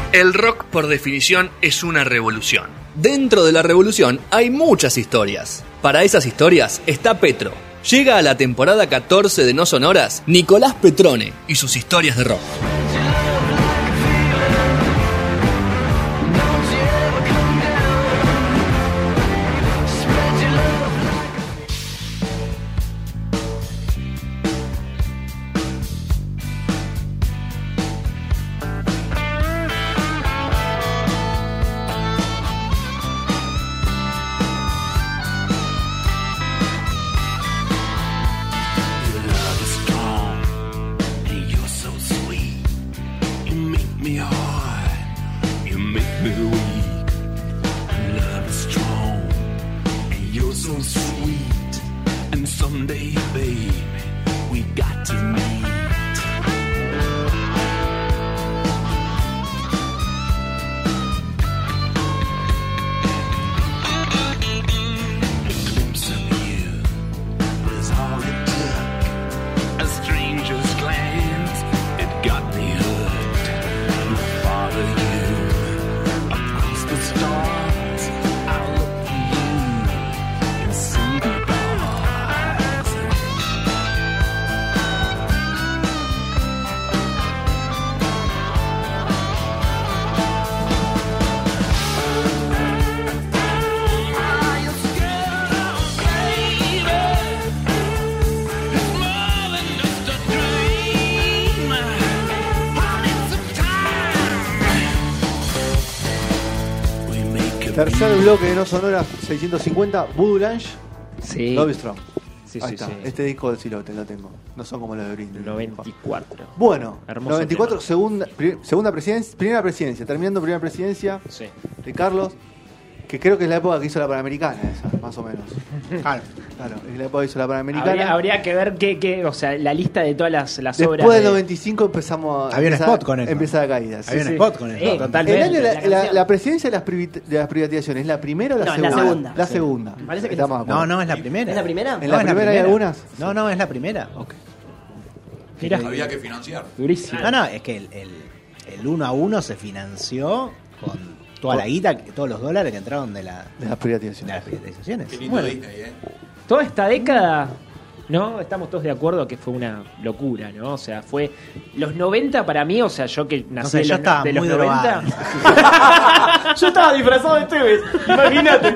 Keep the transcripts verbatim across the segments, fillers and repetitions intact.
El rock, por definición, es una revolución. Dentro de la revolución hay muchas historias. Para esas historias está Petro. Llega a la temporada catorce de No Sonoras Nicolás Petrone y sus historias de rock. Tercer bloque de No Sonoras seiscientos cincuenta, Voodoo Lounge, Sí. Love Strong. Sí, Ahí sí, está. sí. Este disco sí lo, lo tengo. No son como los de Britney. noventa y cuatro. Bueno, Hermoso noventa y cuatro, tema. segunda, pri- segunda presidencia, primera presidencia, terminando primera presidencia Sí. de Carlos, que creo que es la época que hizo la Panamericana, esa, más o menos. Claro. Claro, es la época que hizo la Panamericana. Habría, habría que ver qué, qué, o sea, la lista de todas las, las Después obras. del de- noventa y cinco empezamos a Había un empieza- spot con eso. Empieza la caída. sí, Había sí. un spot con eso. Eh, totalmente. El año de la, La la- canción. la presidencia de las, privi- de las privatizaciones, ¿es la primera o la No, es la segunda? segunda. La Sí. segunda. Parece que Estamos de No, acuerdo. no, es la primera. ¿Es la primera? ¿En No, la es primera hay algunas? No, no, es la primera. Mirá, Había que financiar. durísimo. No, no, es que el, el, el uno a uno se financió con toda la guita, todos los dólares que entraron de, la, De las de privatizaciones. las privatizaciones. Qué lindo Bueno. Disney, ¿eh? Toda esta década, ¿no? Estamos todos de acuerdo que fue una locura, ¿no? O sea, fue los noventa para mí, o sea, yo que nací sé, de yo los, estaba de los muy noventa. drogado. Yo estaba disfrazado de Tevez, imagínate.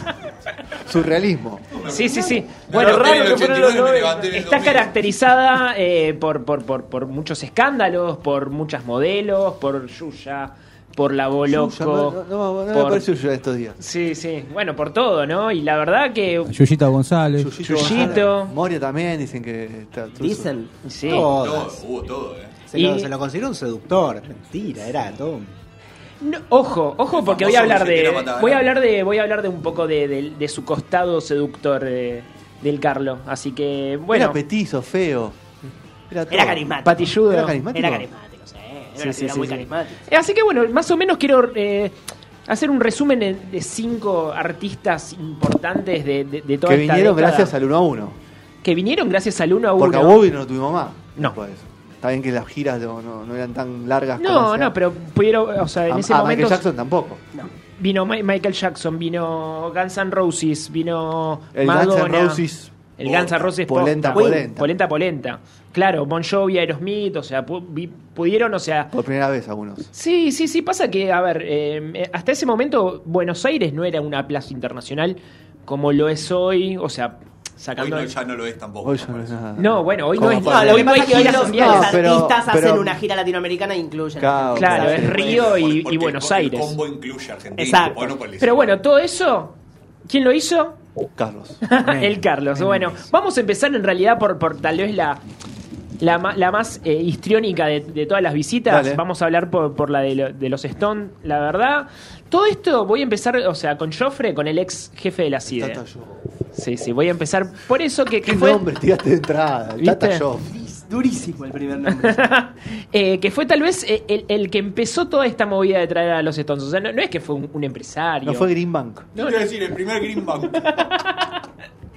Surrealismo. Sí, sí, sí. Me Bueno, levanté en el raro que fueron ochenta y nueve, los me noventa. levanté en el Está dos mil. caracterizada eh, por, por, por, por muchos escándalos, por muchas modelos, por Yuya, por la Boloco. Yuya, no, no, no, no me por- parece Yuya estos días. Sí, sí. Bueno, por todo, ¿no? Y la verdad que... Yuyita González. Yuyito Yuyito. González. Moria también dicen que está todo Dicen. Sí. Todo, Todas. hubo todo, ¿eh? Se, lo, Y- se lo consideró un seductor. Mentira, era todo un... No, ojo, ojo, El porque voy a famoso hablar de, billetero mataba, voy a ¿no? hablar de, voy a hablar de un poco de, de- de su costado seductor eh, del Carlo. Así que, bueno, Era petizo, feo. Era, todo. Era carismático. patilludo. Era carismático. Era carismático, sí. Era, Sí, sí, era sí, muy sí. carismático. Eh, Así que bueno, más o menos quiero eh, hacer un resumen de, de cinco artistas importantes de, de, de toda Que esta vinieron década. gracias al uno a uno. Que vinieron gracias al uno a uno. Porque a Bobby no lo tuvimos más. No. Después de eso. Está bien que las giras no, no, no eran tan largas como No, hacían. no, pero pudieron, o sea, en a, ese a momento Michael Jackson tampoco. vino Ma- Michael Jackson, vino Guns N' Roses, vino El Madonna. Guns N' Roses. El Guns N' Roses Polenta, posta. polenta. Polenta, polenta. Claro, Bon Jovi, Aerosmith, o sea, pu- vi- pudieron, o sea... Por primera vez algunos. Sí, sí, sí, pasa que, a ver, eh, hasta ese momento Buenos Aires no era una plaza internacional como lo es hoy, o sea, Hoy sacando... no, ya no lo es tampoco. Hoy ya no me es parece. nada. No, bueno, hoy no Como es... para- No, lo hoy que no hay pasa es que hoy giras los, mundiales. los No, pero- artistas pero- hacen una gira latinoamericana e incluyen. Claro, Claro, claro. es Río y, Porque y Buenos el, Aires. El combo incluye Argentina. Exacto. Bueno, pues, Pero bueno, todo eso, ¿quién lo hizo? Carlos. El Carlos. Bueno, vamos a empezar en realidad por, por tal vez la, la, ma- la más eh, histriónica de, de todas las visitas. Dale. Vamos a hablar por, por la de, lo- de los Stone, la verdad. Todo esto voy a empezar, o sea, con Joffre, con el ex jefe de la CIDE. Tata Yo. Sí, sí, voy a empezar por eso que, que ¿Qué fue... nombre tiraste de entrada? El ¿Viste? Tata Yo. Durísimo el primer nombre. eh, que fue tal vez eh, el, el que empezó toda esta movida de traer a los Stones. O sea, no, no es que fue un, un empresario. No fue Green Bank. Yo quiero decir, el primer Green Bank.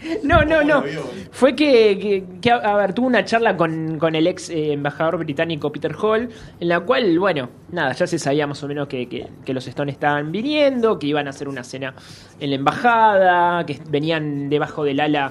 No, no, ¿Cómo no. lo vio? Fue que, que, que, a ver, tuvo una charla con, con el ex eh, embajador británico Peter Hall, en la cual, bueno, nada, ya se sabía más o menos que, que, que los Stones estaban viniendo, que iban a hacer una cena en la embajada, que venían debajo del ala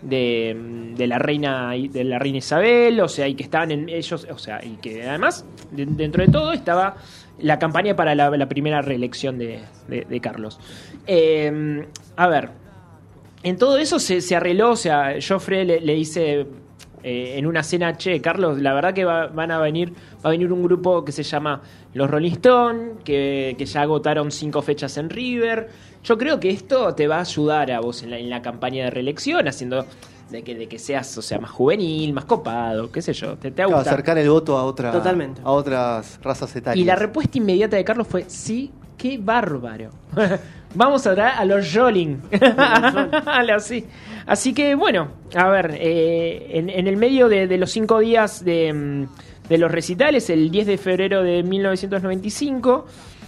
de, de la reina de la reina Isabel, o sea, y que estaban en ellos, o sea, y que además, de, dentro de todo, estaba la campaña para la, la primera reelección de, de, de Carlos. Eh, a ver, en todo eso se, se arregló, o sea, Joffre le, le dice eh, en una cena, che, Carlos, la verdad que va, van a venir, va a venir un grupo que se llama Los Rolling Stones, que, que ya agotaron cinco fechas en River. Yo creo que esto te va a ayudar a vos en la, en la campaña de reelección, haciendo de que, de que seas, o sea, más juvenil, más copado, qué sé yo, te, te va a Claro, gustar. acercar el voto a otra, Totalmente. a otras razas etarias. Y la respuesta inmediata de Carlos fue, sí, qué bárbaro. Vamos a traer a los Rolling. Así. Así que, bueno, a ver, eh, en, en el medio de, de los cinco días de, de los recitales, el diez de febrero de mil novecientos noventa y cinco,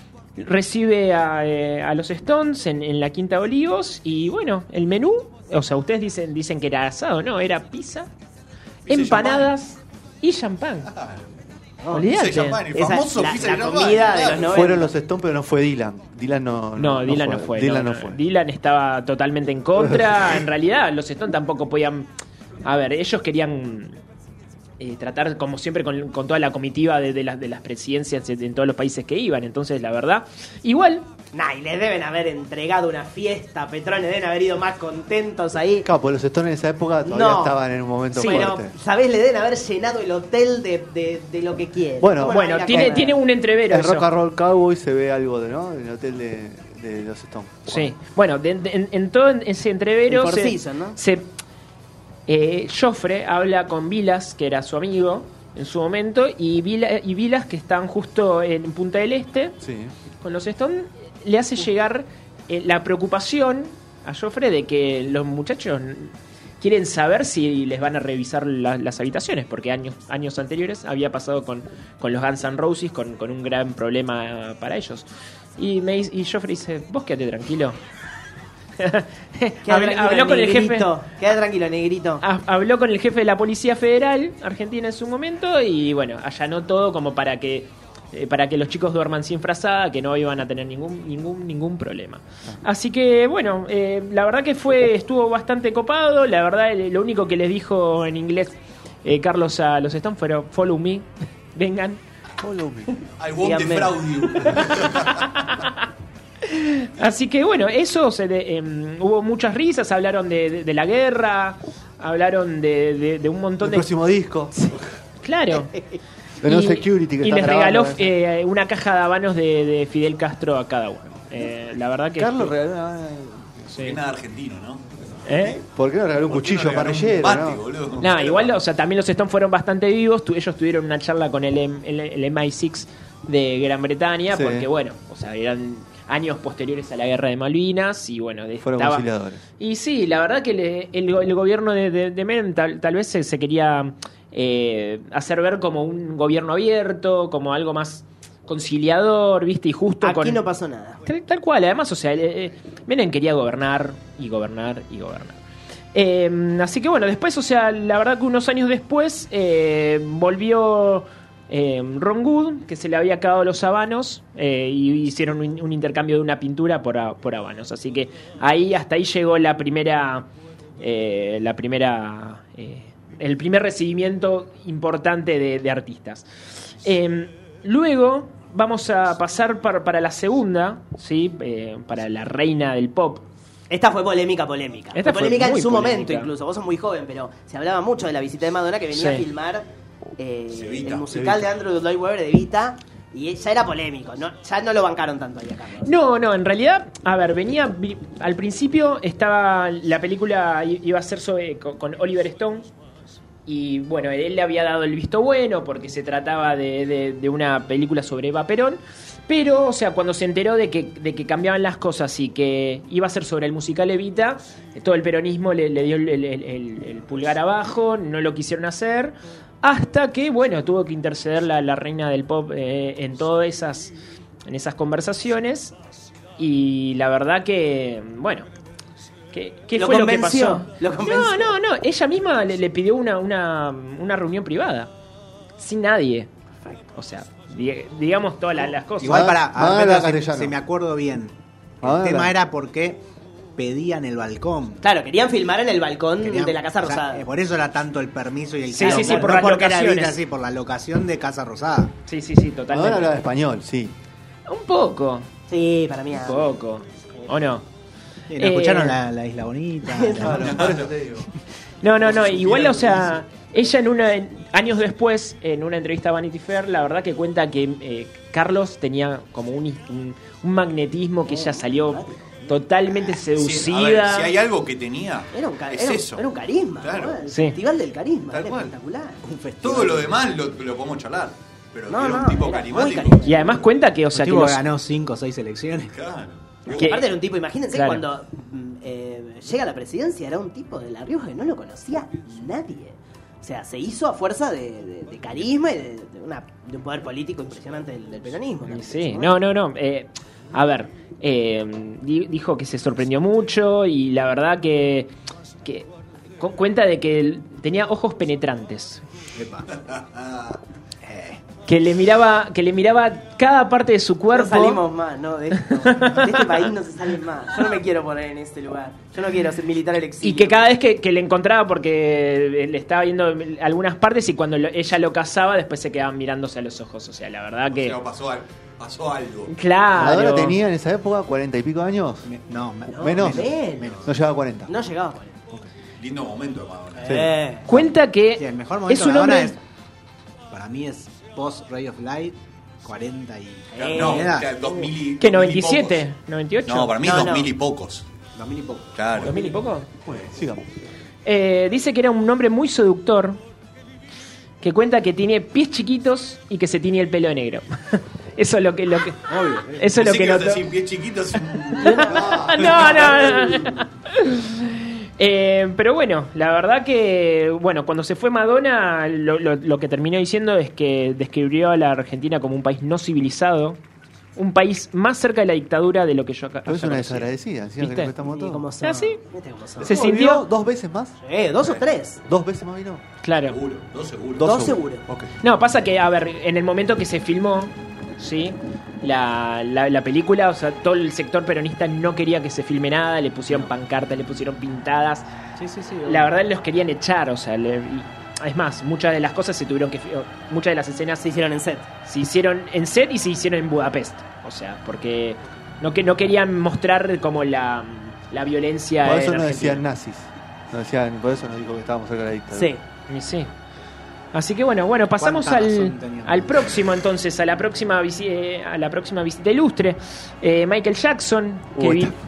recibe a, eh, a los Stones en, en la Quinta de Olivos. Y bueno, el menú, o sea, ustedes dicen, dicen que era asado, ¿no? Era pizza, Pizza y empanadas y champán. Olvídate. Pizza y champán, el Esa famoso es la, pizza y la champán, comida de claro. los noventa. Fueron los Stones, pero no fue Dylan. Dylan no, No, Dylan no fue. Dylan no, no no. fue. Dylan estaba totalmente en contra. En realidad, los Stones tampoco podían. A ver, ellos querían eh, tratar, como siempre, con, con toda la comitiva de, de, las, de las presidencias en, en todos los países que iban. Entonces, la verdad, igual. Nah, y les deben haber entregado una fiesta, Petrone, deben haber ido más contentos ahí. Claro, pues los Stones en esa época todavía No. estaban en un momento Sí, pero, fuerte. ¿sabés? Le deben haber llenado el hotel de, de, de lo que quieren. Bueno, ¿Cómo no Bueno, van a tiene, comer? tiene un entrevero. En eso. Rock and Roll Cowboy se ve algo de, ¿no? En el hotel de, de los Stones. Sí. Bueno, de- de- en, en todo ese entrevero. El Four se, Seasons, ¿no? se- eh, Joffre habla con Vilas, que era su amigo en su momento, y, Vila- y Vilas, que están justo en Punta del Este. Sí. Con los Stones le hace llegar eh, la preocupación a Joffre de que los muchachos quieren saber si les van a revisar la- las habitaciones, porque años años anteriores había pasado con, con los Guns N' Roses con, con un gran problema para ellos. Y, me, dice- y Joffre dice, vos quédate tranquilo. Queda Habl- tranquilo, habló con el jefe. negrito. Queda tranquilo, negrito. Ha- Habló con el jefe de la Policía Federal Argentina en su momento y bueno, allanó todo como para que eh, para que los chicos duerman sin frazada, que no iban a tener ningún ningún ningún problema. Así que bueno, eh, la verdad que fue estuvo bastante copado. La verdad, eh, lo único que les dijo en inglés eh, Carlos a los Stones fueron follow me, vengan. Follow me. I won't Díganme. defraud you. Así que bueno, eso se de- em, hubo muchas risas, hablaron de, de- de la guerra, hablaron de, de- de un montón El de próximo disco. claro. De No Y- Security que y está les grabando, regaló ¿eh? eh, una caja de habanos de, de Fidel Castro a cada uno. Eh, la verdad que Carlos regaló. ah, sí. Es nada argentino, ¿no? ¿Eh? ¿Por qué no regaló un ¿Por qué cuchillo no regaló un parrillero? bate, ¿no? boludo? Nada, igual, o sea, también los Stones fueron bastante vivos. Tu- ellos tuvieron una charla con el, M- el, el M I seis de Gran Bretaña, Sí. porque bueno, o sea, eran años posteriores a la guerra de Malvinas y bueno, de- Fueron estaba- conciliadores. Y sí, la verdad que le- el, el gobierno de, de, de Menem tal, tal vez se, se quería eh, hacer ver como un gobierno abierto, como algo más conciliador, ¿viste? Y justo Aquí con... no pasó nada. Tal, tal cual, además, o sea, eh, eh, Menem quería gobernar y gobernar y gobernar. Eh, así que bueno, después, o sea, la verdad que unos años después eh, volvió eh, Ron Wood, que se le había acabado los habanos, eh, y hicieron un, un intercambio de una pintura por, a- por habanos. Así que ahí, hasta ahí llegó la primera, eh, la primera, eh, el primer recibimiento importante de, de artistas. Eh, luego vamos a pasar par- para la segunda, ¿sí? Eh, para la reina del pop. Esta fue polémica, polémica. Esta fue fue polémica en muy su polémica. momento incluso. Vos sos muy joven, pero se hablaba mucho de la visita de Madonna que venía Sí. a filmar eh, Evita, el musical de Andrew Lloyd Webber de Evita y ya era polémico. No, ya no lo bancaron tanto ahí a Carlos. No, no, en realidad, a ver, venía, vi- al principio estaba, la película i- iba a ser sobre, con, con Oliver Stone, y bueno, él le había dado el visto bueno porque se trataba de, de- de una película sobre Eva Perón, pero, o sea, cuando se enteró de que, de que cambiaban las cosas y que iba a ser sobre el musical Evita, todo el peronismo le, le dio el, el- el- el pulgar abajo, no lo quisieron hacer, hasta que, bueno, tuvo que interceder la, la reina del pop eh, en todas esas, en esas conversaciones, y la verdad que, bueno, ¿Qué, qué Lo fue lo convenció, que pasó? lo convenció. No, no, no. Ella misma le, le pidió una, una, una reunión privada. Sin nadie. O sea, di- digamos todas las, las cosas. Igual para, a Madonna ver, era si, castellano. si me acuerdo bien. El Madonna tema era- era porque pedían el balcón. Claro, querían filmar en el balcón Querían- de la Casa o sea, Rosada. eh, por eso era tanto el permiso y el Sí, quilombo, sí, sí, por no las porque era locaciones. Evita, sí, por la locación de Casa Rosada. Sí, sí, sí, Madonna totalmente. hablaba español, sí. Un poco. Sí, para mí. Un poco. ¿O no? Sí, ¿no Eh, escucharon la, la Isla Bonita? Por eso te digo. No, no, no. Igual, o sea, ella en una en- años después, en una entrevista a Vanity Fair, la verdad que cuenta que eh, Carlos tenía como un, un, un magnetismo que ella salió totalmente Sí, a seducida. ver, si hay algo que tenía, Era un, ca- es era, un- eso. era un carisma, Claro. ¿no? El Sí. festival del carisma, Tal era cual. espectacular. Todo lo demás lo, lo podemos charlar. Pero No, era un no, tipo era muy carismático. carismático. Y además cuenta que, o sea, El que tipo los- ganó cinco o seis elecciones. Claro. que- Aparte era un tipo, imagínense Claro. cuando mm, eh, llega a la presidencia, era un tipo de La Rioja que no lo conocía nadie. O sea, se hizo a fuerza de, de- de carisma y de, de una- de un poder político impresionante del, del peronismo. Y ¿no? sí, no, no, no. eh, a ver, eh, di- dijo que se sorprendió mucho y la verdad que, que cu- cuenta de que él tenía ojos penetrantes. Que le miraba, que le miraba cada parte de su cuerpo. No salimos más, no, de esto. De este país no se sale más. Yo no me quiero poner en este lugar. Yo no quiero ser militar al exilio. Y que cada vez que, que le encontraba, porque le estaba viendo algunas partes y cuando lo- ella lo casaba, después se quedaban mirándose a los ojos. O sea, la verdad O que. sea, pasó, al- pasó algo. Claro. Madonna tenía en esa época cuarenta y pico años. Me- No, me- No, menos. menos. No llegaba a cuarenta. No llegaba por él. Lindo momento de Madonna. Sí. Eh. Cuenta que sí, el mejor momento es un de Madonna hombre. es, para mí es post Ray of Light, cuarenta y... Claro, Eh, no, era- o sea, dos mil y- ¿Qué? dos mil y ¿noventa y siete? pocos. ¿noventa y ocho? No, para mí No, dos no. mil y pocos. dos mil y poco. Claro. ¿Dos mil y poco? Bueno, sigamos. Eh, dice que era un hombre muy seductor. Que cuenta que tiene pies chiquitos y que se tiñe el pelo de negro. Eso es lo que. Lo que eso es lo Pensé que ibas a notó. decir pies chiquitos. no, no, no. Eh, pero bueno, la verdad que, bueno, cuando se fue Madonna, lo, lo- lo que terminó diciendo es que describió a la Argentina como un país no civilizado, un país más cerca de la dictadura de lo que yo acá. Pero es haya una conocido. desagradecida. Encima que ¿Viste? le prestamos Sí, todo. ¿cómo son? ¿Ah, sí? ¿Viste cómo son? Se ¿Cómo sintió- vino? ¿Dos veces más? Eh, dos o tres. ¿Dos veces más vino? Claro. Seguro, dos seguros. Dos seguro. Ok. No, pasa que, a ver, en el momento que se filmó, ¿sí? La, la, la película, o sea, todo el sector peronista no quería que se filme nada, le pusieron pancartas, le pusieron pintadas. Sí, sí, sí. La verdad los querían echar, o sea, le- y- es más, muchas de las cosas se tuvieron que... fi- Muchas de las escenas Se hicieron en set. se hicieron en set y se hicieron en Budapest. O sea, porque no, que, no querían mostrar como la, la violencia Por en eso no Argentina. decían nazis. No decían, por eso nos dijo que estábamos cerca de la dictadura. Sí. Y sí. Así que bueno, bueno, pasamos Cuánta al, razón tenía. al próximo entonces, a la próxima visi- eh, a la próxima visita ilustre. Eh, Michael Jackson, que Uh, vi- esta-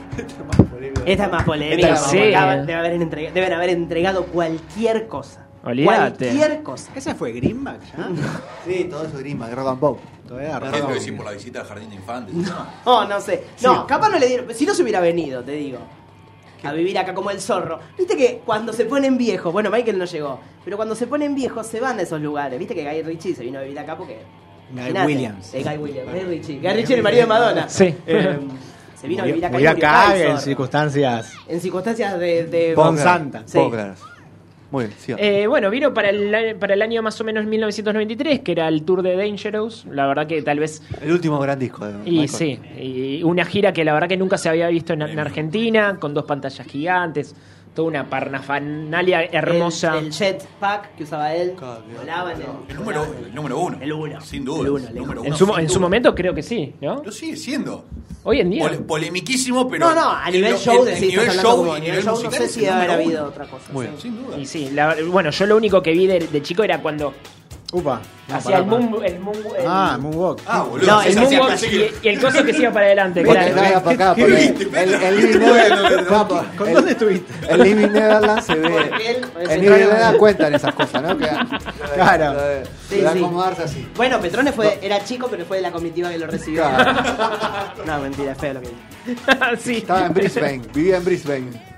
Esta es más polémica. Esta porque sí. acaban- deben, haber entrega- deben haber entregado cualquier cosa. Olvídate. Cualquier cosa. ¿Ese fue Greenback ya? Sí, todo eso grima, de rock and pop. Todavía ¿Qué es lo que decís por la visita al jardín de infantes? No, no sé. No, capaz no le dieron. Si no se hubiera venido, te digo. A vivir acá como el zorro. Viste que cuando se ponen viejos, bueno, Michael no llegó, pero cuando se ponen viejos se van a esos lugares. Viste que Guy Ritchie se vino a vivir acá porque. Guy Imagínate. Williams. Eh, Guy Williams, Guy Ritchie. Guy Ritchie, el marido de Madonna. Sí. Eh, se vino a vivir acá. y Murió murió acá el en zorro. circunstancias... En circunstancias de. de Pon Poco claro, Santa. Sí. poco claras. Muy bien, sigamos. Eh, bueno, vino para el, para el año más o menos mil novecientos noventa y tres, que era el tour de Dangerous. La verdad que tal vez... El último gran disco de Y Michael. sí, y una gira que la verdad que nunca se había visto en, en Argentina, con dos pantallas gigantes, toda una parnafanalia hermosa. El, el jetpack que usaba él. Claro, claro. Volaba en el. El número, el número uno. El uno. Sin duda. El uno, el lejos. número en uno, su, sin en su duda. momento creo que sí, ¿no? Lo sigue siendo. Hoy en día. Pole- polemiquísimo, pero. No, no, a nivel en- show, en- de en sí, nivel estás show hablando como y nivel nivel show, no musical sé es si el debe haber número habido uno. otra cosa. Muy sí. bien. Sin duda. Y sí, la- bueno, yo lo único que vi de, de chico era cuando Upa. No, hacía pará, el pará. moon, el moon- el- Ah, Moonwalk. Ah, boludo. No, sí, el sí, el sí, moonwalk pensé y, que- y el coso que se iba para adelante, Porque claro. nada para acá, ¿Qué porque viste, el, Pedro? el Living Neverland, Papo, ¿Con el- dónde estuviste? el Living Neverland se ve. Porque él- El Living Neverland cuentan esas cosas, ¿no? Que, Claro. Lo de, Sí, lo de sí. acomodarse así. Bueno, Petrone fue, era chico, pero fue de la comitiva que lo recibió. Claro. No, mentira, es feo lo que dice. sí. Estaba en Brisbane, vivía en Brisbane.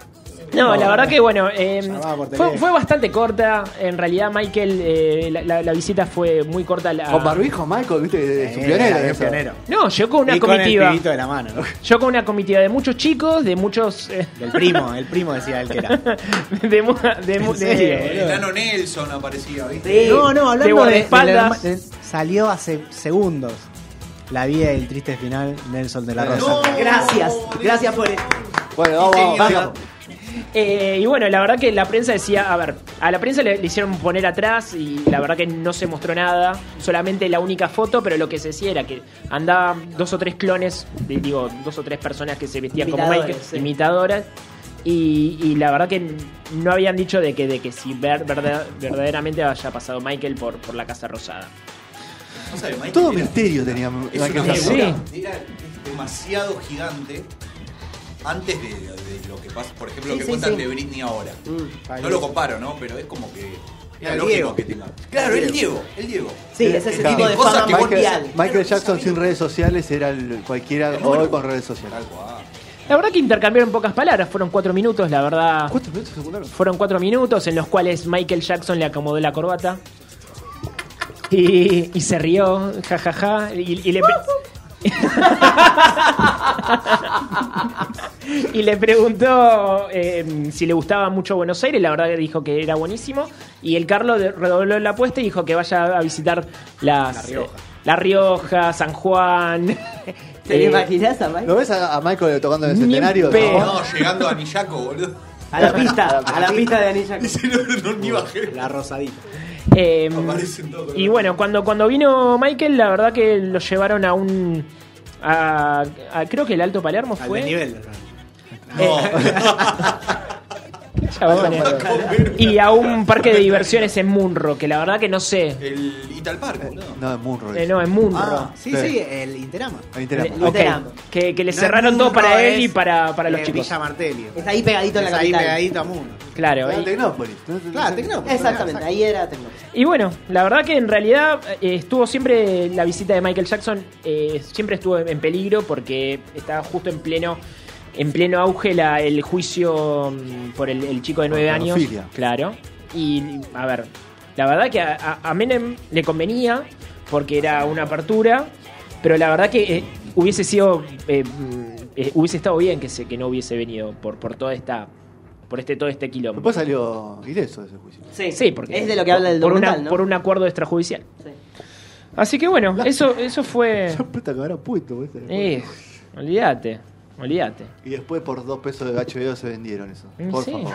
No, la verdad que bueno, eh, Llamaba por fue, teléfono. fue bastante corta. En realidad, Michael, eh, la, la- la visita fue muy corta. La... Con barbijo, Michael, viste, es un pionero. Eh, en es eso. pionero. No, llegó con una Y con comitiva. el pibito de la mano, ¿no? Yo con una comitiva de muchos chicos, de muchos. eh, Del primo, el primo decía él que era. de, mu- de, mu- ¿En serio, de- El enano Nelson aparecía, ¿viste? Sí. No, no, de hablando de, guardaespaldas. de- de- salió hace segundos. La vida y el triste final, Nelson de la Rosa. No, Gracias, gracias por esto. Bueno, vamos, Sí, vamos, señor. sigamos. Eh, y bueno, la verdad que la prensa decía, a ver, a la prensa le, le hicieron poner atrás y la verdad que no se mostró nada, solamente la única foto, pero lo que se decía era que andaban dos o tres clones, de- digo, dos o tres personas que se vestían como Imitadores, Michael, sí. imitadoras, y, y la verdad que no habían dicho de que, de que si ver- verdad- verdaderamente haya pasado Michael por, por la Casa Rosada. No sabe, Michael Todo era- misterio tenía Es Michael una Jackson. figura, era demasiado gigante antes de, de lo que pasa, por ejemplo, Sí, lo que sí, cuentan sí. de Britney ahora. Mm. No lo comparo, ¿no? Pero es como que era El lógico Diego. que tenga. Claro, el Diego, el Diego. Sí, es ese Claro. tipo de Cosas fama que vos- mundial. Michael Jackson sin redes sociales era el, cualquiera El número hoy con uno. redes sociales. Tal cual. La verdad que intercambiaron pocas palabras, fueron cuatro minutos, la verdad. ¿Cuántos minutos se juntaron? Fueron cuatro minutos en los cuales Michael Jackson le acomodó la corbata. Y, y se rió, jajaja. Ja, ja, y, y le pre- y le preguntó eh, si le gustaba mucho Buenos Aires. La verdad que dijo que era buenísimo. Y el Carlos de- redobló la apuesta y dijo que vaya a visitar las, La Rioja. eh, La Rioja, San Juan. ¿Te lo Eh, imaginás a Mike? ¿Lo ves a, a Michael tocando en el Ni centenario? pedo. No. No, llegando a Nillaco, boludo. A la pista, a la pista de Anilla. Dice, no, no, ni bajé. La rosadita. Eh, Aparecen todos. y bueno, cuando, cuando vino Michael, la verdad que lo llevaron a un. A, a- creo que el Alto Palermo Al fue. desnivel. No. Chabones. Y a un parque de diversiones en Munro, que la verdad que no sé. El Ital Park, boludo. No, es Munro. Eh, no, en Munro. Ah, sí, Sí. sí, el Interama. Ahí tenemos. Le- ok, Interamo. que, que le No cerraron es todo Munro, para él es, y para, para los eh, chicos. Villa Martelio. Está ahí pegadito en la Es ahí capital. pegadito a Mundo. Claro. En y- Tecnópolis. Claro, Tecnópolis. Exactamente, ahí era Tecnópolis. Y bueno, la verdad que en realidad eh, estuvo siempre la visita de Michael Jackson, eh, siempre estuvo en peligro porque estaba justo en pleno en pleno auge la, el juicio mm, por el, el chico de nueve Por años. pedofilia. Claro. Y a ver, la verdad que a, a- a Menem le convenía porque era una apertura, pero la verdad que eh, hubiese sido eh, mm, eh, hubiese estado bien que se que no hubiese venido por por toda esta por este todo este quilombo. Después salió ileso de ese juicio. Sí, Sí, porque es de lo que habla el por, una- documental, ¿no? por un acuerdo extrajudicial. Sí. Así que bueno, eso eso fue. La puta que habrá puesto. ¿viste? Eh, olvídate, olvídate. Y después por dos pesos de H B O se vendieron eso. Mm, Por sí. favor.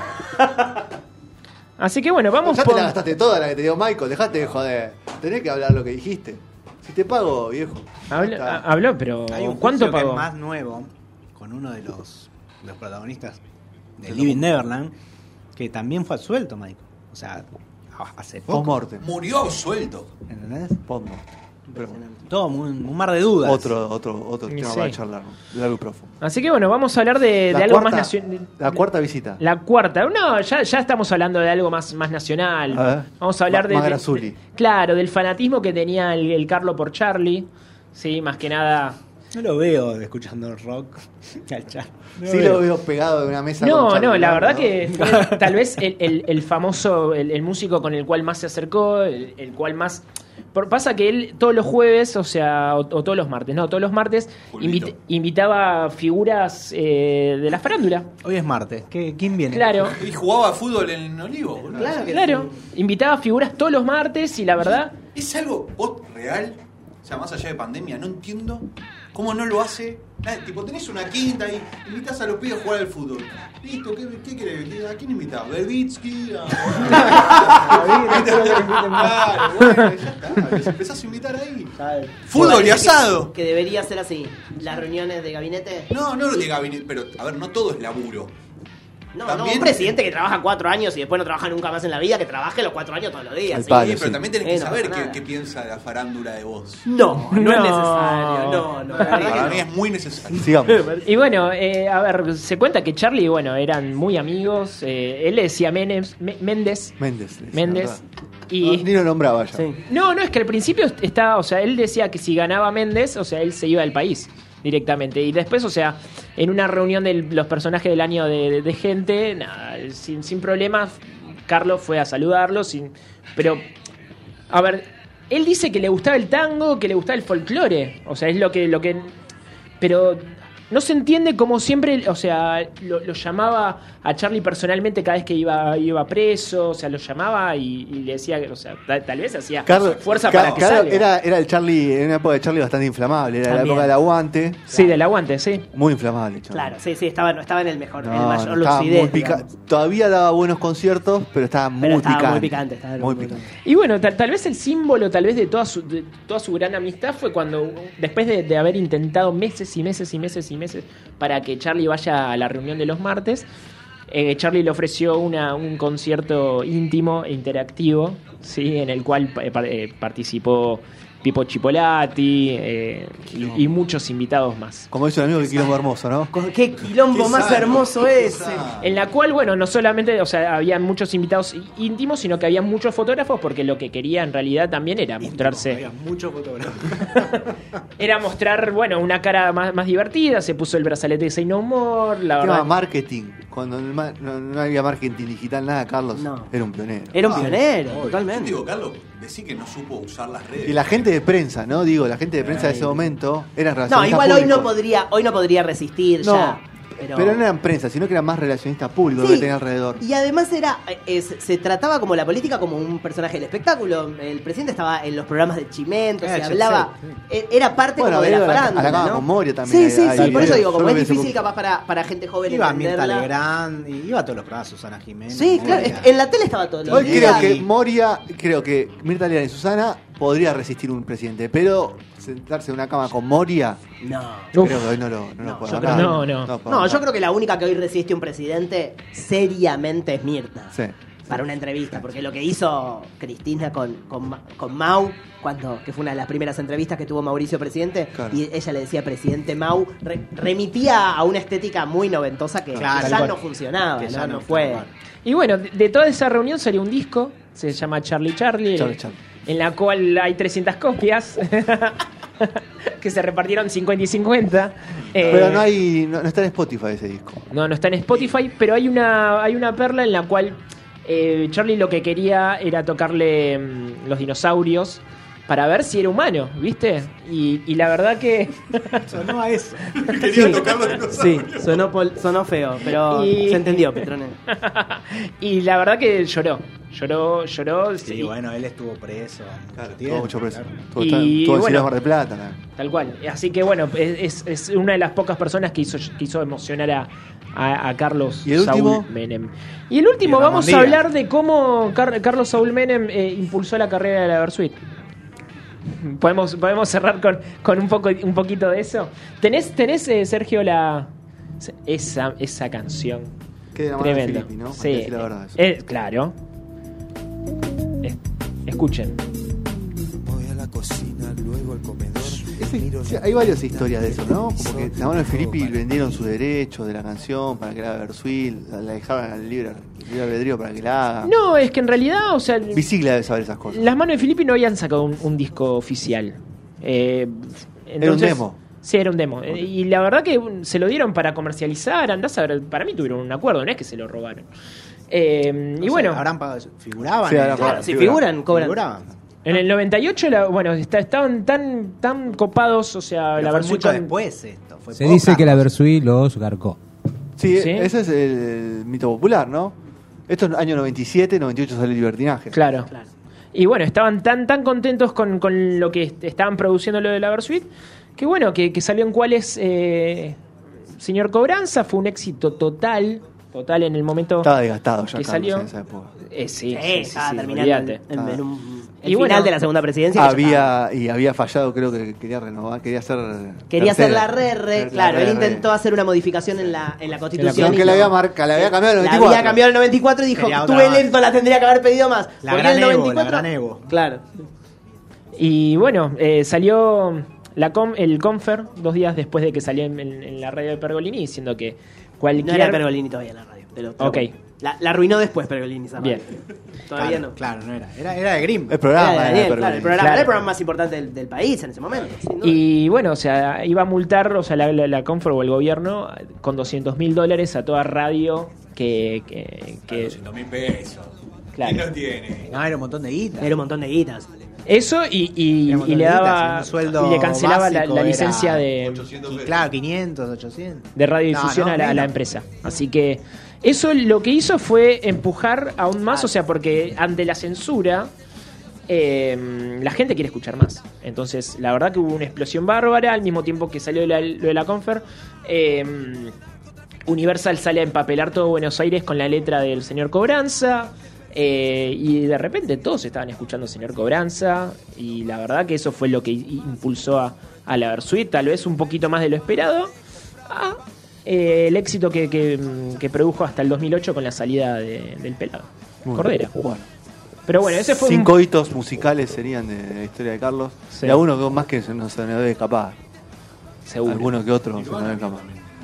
Así que bueno, vamos Ya te por. la gastaste toda la que te dio Michael. Dejate de joder. Tenés que hablar lo que dijiste. Si te pago, viejo. Habló, Ya está. a- habló, pero Hay un ¿cuánto juicio que pagó? es más nuevo, con uno de los, los protagonistas de Living Neverland, que también fue absuelto, Michael. O sea, a- hace poco. Post-mortem. Murió absuelto. ¿Entendés? Post-mortem. Pero Todo un, un mar de dudas. Otro, otro, otro Sí. tema para charlar. De algo profundo. Así que bueno, vamos a hablar de, La de algo cuarta- más nacional. La cuarta visita. La cuarta. No, ya, ya estamos hablando de algo más, más nacional. A ver. Vamos a hablar Ma- de, de- Magrazzulli. de- Claro, del fanatismo que tenía el, el Carlo por Charlie. Sí, más que nada. No lo veo escuchando rock al chat. No Sí lo veo pegado de una mesa. No, con Charlie no, la Brown, verdad ¿no? que fue tal vez el, el- el famoso, el, el músico con el cual más se acercó, el, el cual más... por- pasa que él todos los jueves, o sea, o, o todos los martes, no, todos los martes Pulpito. invit- invitaba figuras eh, de la farándula. Hoy es martes. ¿Qué, ¿Quién viene? Claro, Y jugaba fútbol en Olivo, boludo. Claro que claro. Invitaba figuras todos los martes y la verdad... Es algo vos, real, o sea, más allá de pandemia, no entiendo cómo no lo hace. Eh, tipo, tenés una quinta y invitas a los pibes a jugar al fútbol. Listo, ¿qué, qué querés? ¿A quién invitás? ¿Berbitsky? Claro, bueno, ya está. Les empezás a invitar ahí. Fútbol y Parece que- asado. Que debería ser así. Las reuniones de gabinete. No, no lo de gabinete, pero a ver, no todo es laburo. No, no, También- un presidente que trabaja cuatro años y después no trabaja nunca más en la vida, que trabaje los cuatro años todos los días. Al ¿sí? palo. Sí, pero sí. también tenés Eh, que no saber pasa qué, nada. qué piensa la farándula de vos. No, no, No. es necesario. No, no, la verdad que Para no. mí es muy necesario. Sigamos. Y bueno, eh, a ver, se cuenta que Charlie, bueno, eran muy amigos. eh, él le decía Menem- Me- Méndez. Méndez. le decía, Méndez. ¿verdad? Y... No, ni lo nombraba ya. Sí. No, no, es que al principio estaba, o sea, él decía que si ganaba Méndez, o sea, él se iba del país. directamente. Y después, o sea, en una reunión de los personajes del año de, de, de gente, nada, sin, sin problemas, Carlos fue a saludarlo, sin, pero, a ver, él dice que le gustaba el tango, que le gustaba el folclore, o sea, es lo que, lo que, pero no se entiende cómo siempre, o sea, lo, lo llamaba a Charlie personalmente cada vez que iba, iba preso, o sea, lo llamaba y, y le decía, o sea, tal, tal vez hacía Carlos, fuerza Car- para que Carlos salga. era, era el Charlie, en una época de Charlie bastante inflamable, era También. la época del aguante, Sí, del aguante, sí. muy inflamable. Charlie. Claro, sí, sí, estaba, no estaba en el mejor, No, en el mayor no, estaba lucidez. muy pica- digamos. Todavía daba buenos conciertos, pero estaba muy Pero estaba picante. muy picante, estaba muy muy picante. Y bueno, tal, tal vez el símbolo tal vez de toda su de toda su gran amistad fue cuando, después de, de haber intentado meses y meses y meses y meses para que Charlie vaya a la reunión de los martes, eh, Charlie le ofreció una, un concierto íntimo e interactivo, ¿sí? En el cual eh, par- eh, participó Pipo Chipolati eh, y, y muchos invitados más. Como dice un amigo, que quilombo hermoso, ¿no? Con qué quilombo Qué más sano, hermoso qué ese. sano. En la cual, bueno, no solamente, o sea, había muchos invitados í- íntimos, sino que había muchos fotógrafos, porque lo que quería en realidad también era mostrarse, Había muchos fotógrafos. era mostrar, bueno, una cara más, más divertida. Se puso el brazalete de Say No More, la Tema verdad. marketing. Cuando el ma- no, no había marketing digital, nada, Carlos No. era un pionero. Era un Ah, pionero, Yo totalmente. digo, Carlos, decí que no supo usar las redes. Y la gente de prensa, ¿no? Digo, la gente de prensa de ese momento era No, relacionista igual hoy no público. podría, hoy no podría resistir No, ya. pero... Pero, no eran prensa, sino que era más relacionista público lo Sí, que tenía alrededor. Y además era eh, eh, se, se trataba como la política como un personaje del espectáculo. El presidente estaba en los programas de Chimento, Eh, se jet hablaba. set, eh, Era parte Bueno, como de la iba a la- farándula. a la cama ¿no? con Moria también, Sí, sí, ahí- sí. ahí Por eso video. digo, Yo como lo es vi hace difícil poco. capaz para, para gente joven Iba Mirta entenderla. Legrand, y iba a todos los programas, Susana Jiménez. Sí, claro. Moria. es que en la tele estaba todo. Hoy el creo día. que Moria, creo que Mirta Legrand y Susana podría resistir un presidente, pero sentarse en una cama con Moria, No. Uf. creo que hoy no lo, no No, lo puede yo agarrar. creo- no, no. puede No, yo agarrar. creo que la única que hoy resiste un presidente seriamente es Mirta. Sí. Para una entrevista, porque lo que hizo Cristina con, con, Ma- con Mau, cuando, que fue una de las primeras entrevistas que tuvo Mauricio presidente, Claro. y ella le decía presidente Mau, re- remitía a una estética muy noventosa que Claro, ya tal no cual. funcionaba, Que ¿no? ya no no, fue. tal cual. Y bueno, de, de toda esa reunión salió un disco, se llama Charlie Charlie, Charlie eh, Charlie. en la cual hay trescientas copias, que se repartieron cincuenta y cincuenta. Eh, Pero no hay, no, no está en Spotify ese disco. No, no está en Spotify, pero hay una, hay una perla en la cual eh, Charlie lo que quería era tocarle mm, los dinosaurios para ver si era humano, ¿viste? Y, y la verdad que... Sonó a eso. Quería tocar los dinosaurios. Sí, sonó, pol- sonó feo, pero Y- se entendió, Petrone. y la verdad que lloró, lloró, lloró. Sí, y- bueno, él estuvo preso mucho Claro, tiempo. tuvo mucho preso. claro. Tuvo, Y tuvo en bueno. Ciudad de Mar del Plata. ¿no? Tal cual. Así que bueno, es, es una de las pocas personas que hizo, que hizo emocionar a, a, a Carlos ¿Y el Saúl último? Menem. Y el último, Y Ramón vamos a Díaz. hablar de cómo Car- Carlos Saúl Menem eh, impulsó la carrera de la Versuit. ¿Podemos, podemos cerrar con, con un poco un poquito de eso. ¿Tenés, tenés eh, Sergio, la esa, esa canción? Que de la mano de Tremendo. Filippi, ¿no? Hay que Sí, decir la verdad, eso. eh, claro. Es- escuchen. Voy a la cocina, luego al comedor. Ese- miro sí, la hay varias película, historias de eso, ¿no? televisor, Como que la mano de todo Filippi para- vendieron sus derechos de la canción para que la haga Versuil, la la dejaban al libre, libre albedrío para que la haga. No, es que en realidad, o sea, Bicicla debe saber esas cosas. las manos de Filippi no habían sacado un, un disco oficial. Eh, entonces- demo. Sí, era un demo. Eh, Y la verdad que um, se lo dieron para comercializar. Andás a ver, para mí tuvieron un acuerdo, no es que se lo robaron. Eh, y No sé, bueno, habrán pagado eso. Figuraban. Sí, en- habrán Claro, Claro, si figura. figuran, cobran. Figuraban. en el noventa y ocho, la- bueno, está- estaban tan tan copados, o sea, Pero la fue versión mucho con- después esto. Fue Se poca dice que la cosa. Versuit los garcó. Sí, ¿Sí? ese es el mito popular, ¿no? Esto es año noventa y siete, noventa y ocho sale Libertinaje. Claro. Claro. Y bueno, estaban tan tan contentos con, con lo que est- estaban produciendo lo de la Versuit, que bueno, que, que salió en cuáles eh, Señor Cobranza, fue un éxito total, total en el momento Estaba desgastado ya que Carlos salió. en esa época. Eh, sí, Sí, sí, sí, estaba sí, terminando en, olvídate. en- Ah. en un, el Y final bueno, de la segunda presidencia. que ya estaba. Había y había fallado, creo que quería renovar, quería hacer Quería hacer tercera. la re-re, La claro, él re-re. intentó hacer una modificación en la, en la constitución. Aunque y la no. había marca, la había cambiado en el La noventa y cuatro. había cambiado en el noventa y cuatro y dijo, Quería otra tuve más. lento, la tendría que haber pedido más. La Porque gran en el Evo, noventa y cuatro la gran Evo. Claro. Y bueno, eh, salió la com- el Confer dos días después de que salió en, en- en la radio de Pergolini diciendo que No cualquier... era Pergolini todavía en la radio. Pero, pero Ok, bueno. La, la arruinó después Pergolini esa Bien. radio. Todavía claro, no. Claro, no era. Era, era de Grimm. El programa Era de era Daniel, de claro, Pergolini. el programa, Claro. era el programa más importante del, del país en ese momento. Sin duda. Y bueno, o sea, iba a multar, o sea, la, la, la Confer o el gobierno con doscientos mil dólares a toda radio que... que, que doscientos mil pesos. Claro. ¿Quién lo tiene? No, era un montón de guita. Era un montón de guitas. Eso y, y, Era un y montón le de guita, daba... si un sueldo Y le cancelaba la, básico la era licencia de... ochocientos Y pesos. claro, quinientos, ochocientos. de radiodifusión No, no, a, la, a la menos. empresa. Así que eso lo que hizo fue empujar aún más, o sea, porque ante la censura eh, la gente quiere escuchar más. Entonces, la verdad que hubo una explosión bárbara al mismo tiempo que salió la- lo de la Confer. eh, Universal sale a empapelar todo Buenos Aires con la letra del señor Cobranza. eh, y de repente todos estaban escuchando señor Cobranza. Y la verdad que eso fue lo que i- impulsó a, a la Versuit, tal vez un poquito más de lo esperado. a, eh, el éxito que, que, que produjo hasta el dos mil ocho con la salida de- del pelado Muy Cordera. bien. Bueno. Pero bueno, ese fue Cinco un... hitos musicales serían de, de la historia de Carlos. Sí. Y alguno que más que se no se nos debe escapar. Seguro. Alguno que otro se nos debe escapar.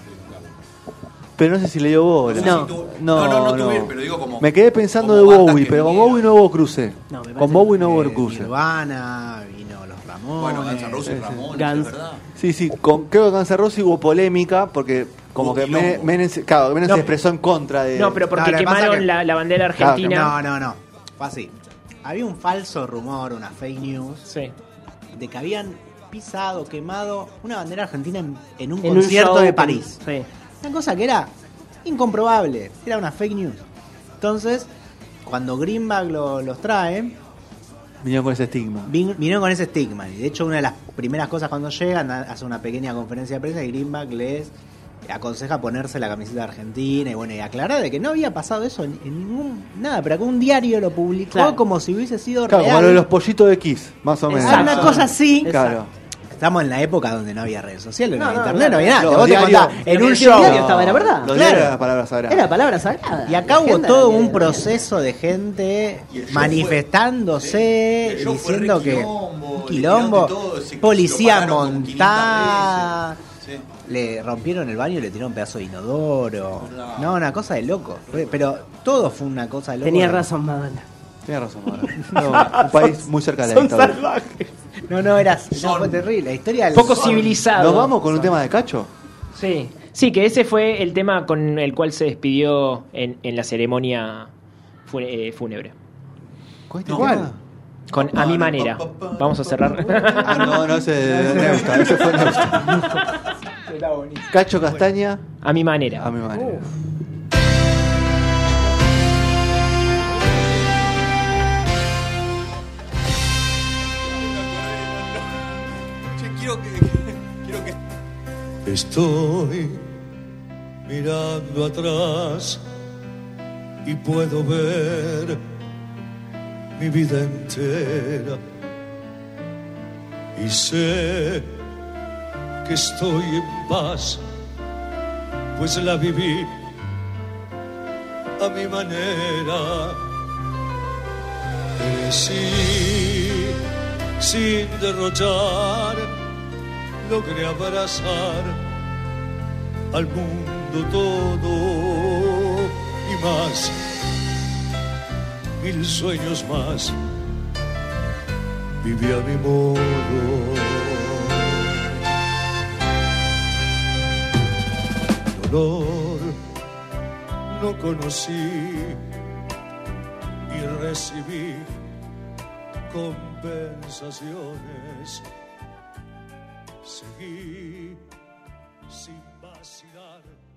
Pero no sé si le dio bola. No. No, no, no, no tuve, pero digo como. Me quedé pensando como de bandas Bowie, que pero con vinieron. Bowie no hubo cruce. No, me parece Con Bowie no hubo Eh, cruce. Nirvana, vino los Ramones. Bueno, Guns N' Roses, sí. Ramones, Guns. es verdad. Sí, sí, con, creo que con Guns N' Roses hubo polémica porque como Hubo que quilombo. Menem, Menem se- claro, Menem No. se expresó en contra de... No, pero porque No, lo que pasa quemaron que- la, la bandera Claro, argentina. No, no, no. Fue así. Había un falso rumor, una fake news, Sí. de que habían pisado, quemado una bandera argentina en, en un En un concierto show de con- París. Sí. Una cosa que era incomprobable, era una fake news. Entonces, cuando Greenback lo- los trae, Vinieron con ese estigma. vin- vinieron con ese estigma. Y de hecho, una de las primeras cosas cuando llegan, ha- hace una pequeña conferencia de prensa y Greenback les aconseja ponerse la camiseta de Argentina y bueno, y aclarar de que no había pasado eso en, en ningún nada, pero que un diario lo publicó Claro. como si hubiese sido Claro, real. como lo de los pollitos de Kiss, más o menos. Ah, una cosa así. Claro. Estamos en la época donde no había redes sociales, no, No, había no, internet, no, no, había nada. no, Vos te diario- contás en lo que un decía el show. diario estaba, era verdad. Los Claro. diarios eran palabras sagradas. Era palabra sagrada. Y acá La hubo agenda todo era un de- proceso de gente Y el show manifestándose, fue- sí, el show fue diciendo re que quilombo, un le quilombo, tiraron de todo, se- policía lo pararon como montada, quinientas veces. Sí. le rompieron el baño y le tiraron un pedazo de inodoro. No. No, una cosa de loco. Fue- Pero todo fue una cosa de loco. Tenía razón, Madonna. Tienes razón, Mara. No, un país muy cerca de la Son dictadura. salvajes. No, no, era, no, Son- fue terrible. La historia del Poco son- civilizado. ¿Nos vamos con un tema de Cacho? Sí. Sí, que ese fue el tema con el cual se despidió en, en la ceremonia fu- eh, fúnebre. ¿Con este ¿Cuál? tema? Con A mi manera. Vamos a cerrar. Ah, no, no, ese de Neusta, ese fue Neusta. Cacho Castaña, A mi manera. a mi manera. Che, quiero que. Quiero que. Estoy mirando atrás y puedo ver mi vida entera. Y sé que estoy en paz, pues la viví a mi manera. Crecí sin derrochar, logré abrazar al mundo todo y más, mil sueños más, viví a mi modo. Dolor no conocí y recibí compensaciones. Seguí sin vacilar.